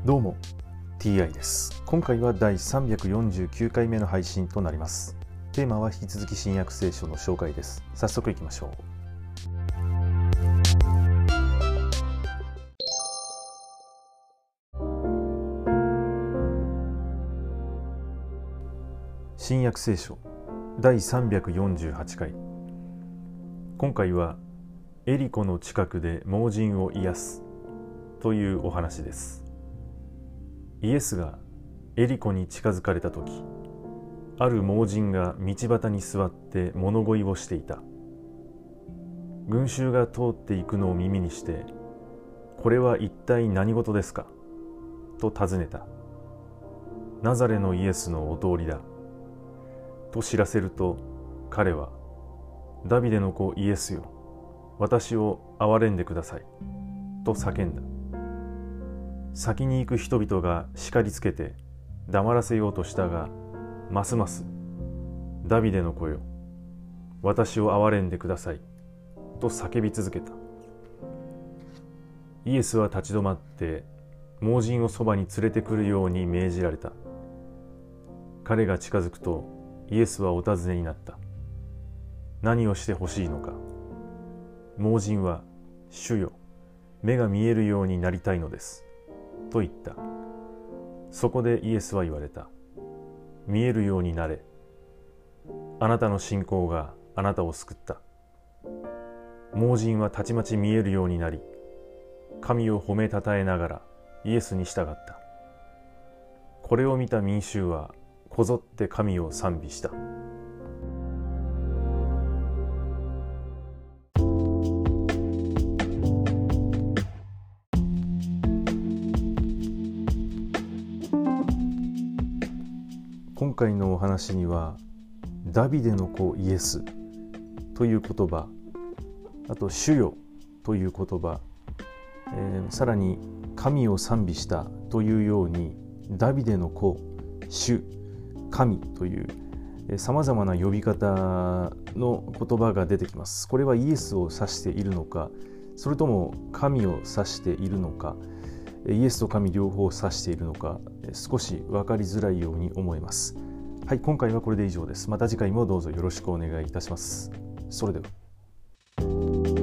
どうも TI です。今回は第349回目の配信となります。テーマは引き続き新約聖書の紹介です。早速いきましょう。新約聖書第348回。今回はエリコの近くで盲人を癒すというお話です。イエスがエリコに近づかれたとき、ある盲人が道端に座って物乞いをしていた。群衆が通っていくのを耳にして、これは一体何事ですかと尋ねた。ナザレのイエスのお通りだと知らせると、彼は、ダビデの子イエスよ、私を憐れんでくださいと叫んだ。先に行く人々が叱りつけて黙らせようとしたが、ますますダビデの子よ、私を憐れんでくださいと叫び続けた。イエスは立ち止まって盲人をそばに連れてくるように命じられた。彼が近づくとイエスはお尋ねになった。何をしてほしいのか。盲人は、主よ、目が見えるようになりたいのですと言った。そこでイエスは言われた。見えるようになれ。あなたの信仰があなたを救った。盲人はたちまち見えるようになり、神を褒めたたえながらイエスに従った。これを見た民衆はこぞって神を賛美した。今回のお話には、ダビデの子イエスという言葉、あと主よという言葉、さらに神を賛美したというように、ダビデの子、主、神というさまざまな呼び方の言葉が出てきます。これはイエスを指しているのか、それとも神を指しているのか、イエスと神両方を指しているのか、少し分かりづらいように思います。はい、今回はこれで以上です。また次回もどうぞよろしくお願いいたします。それでは。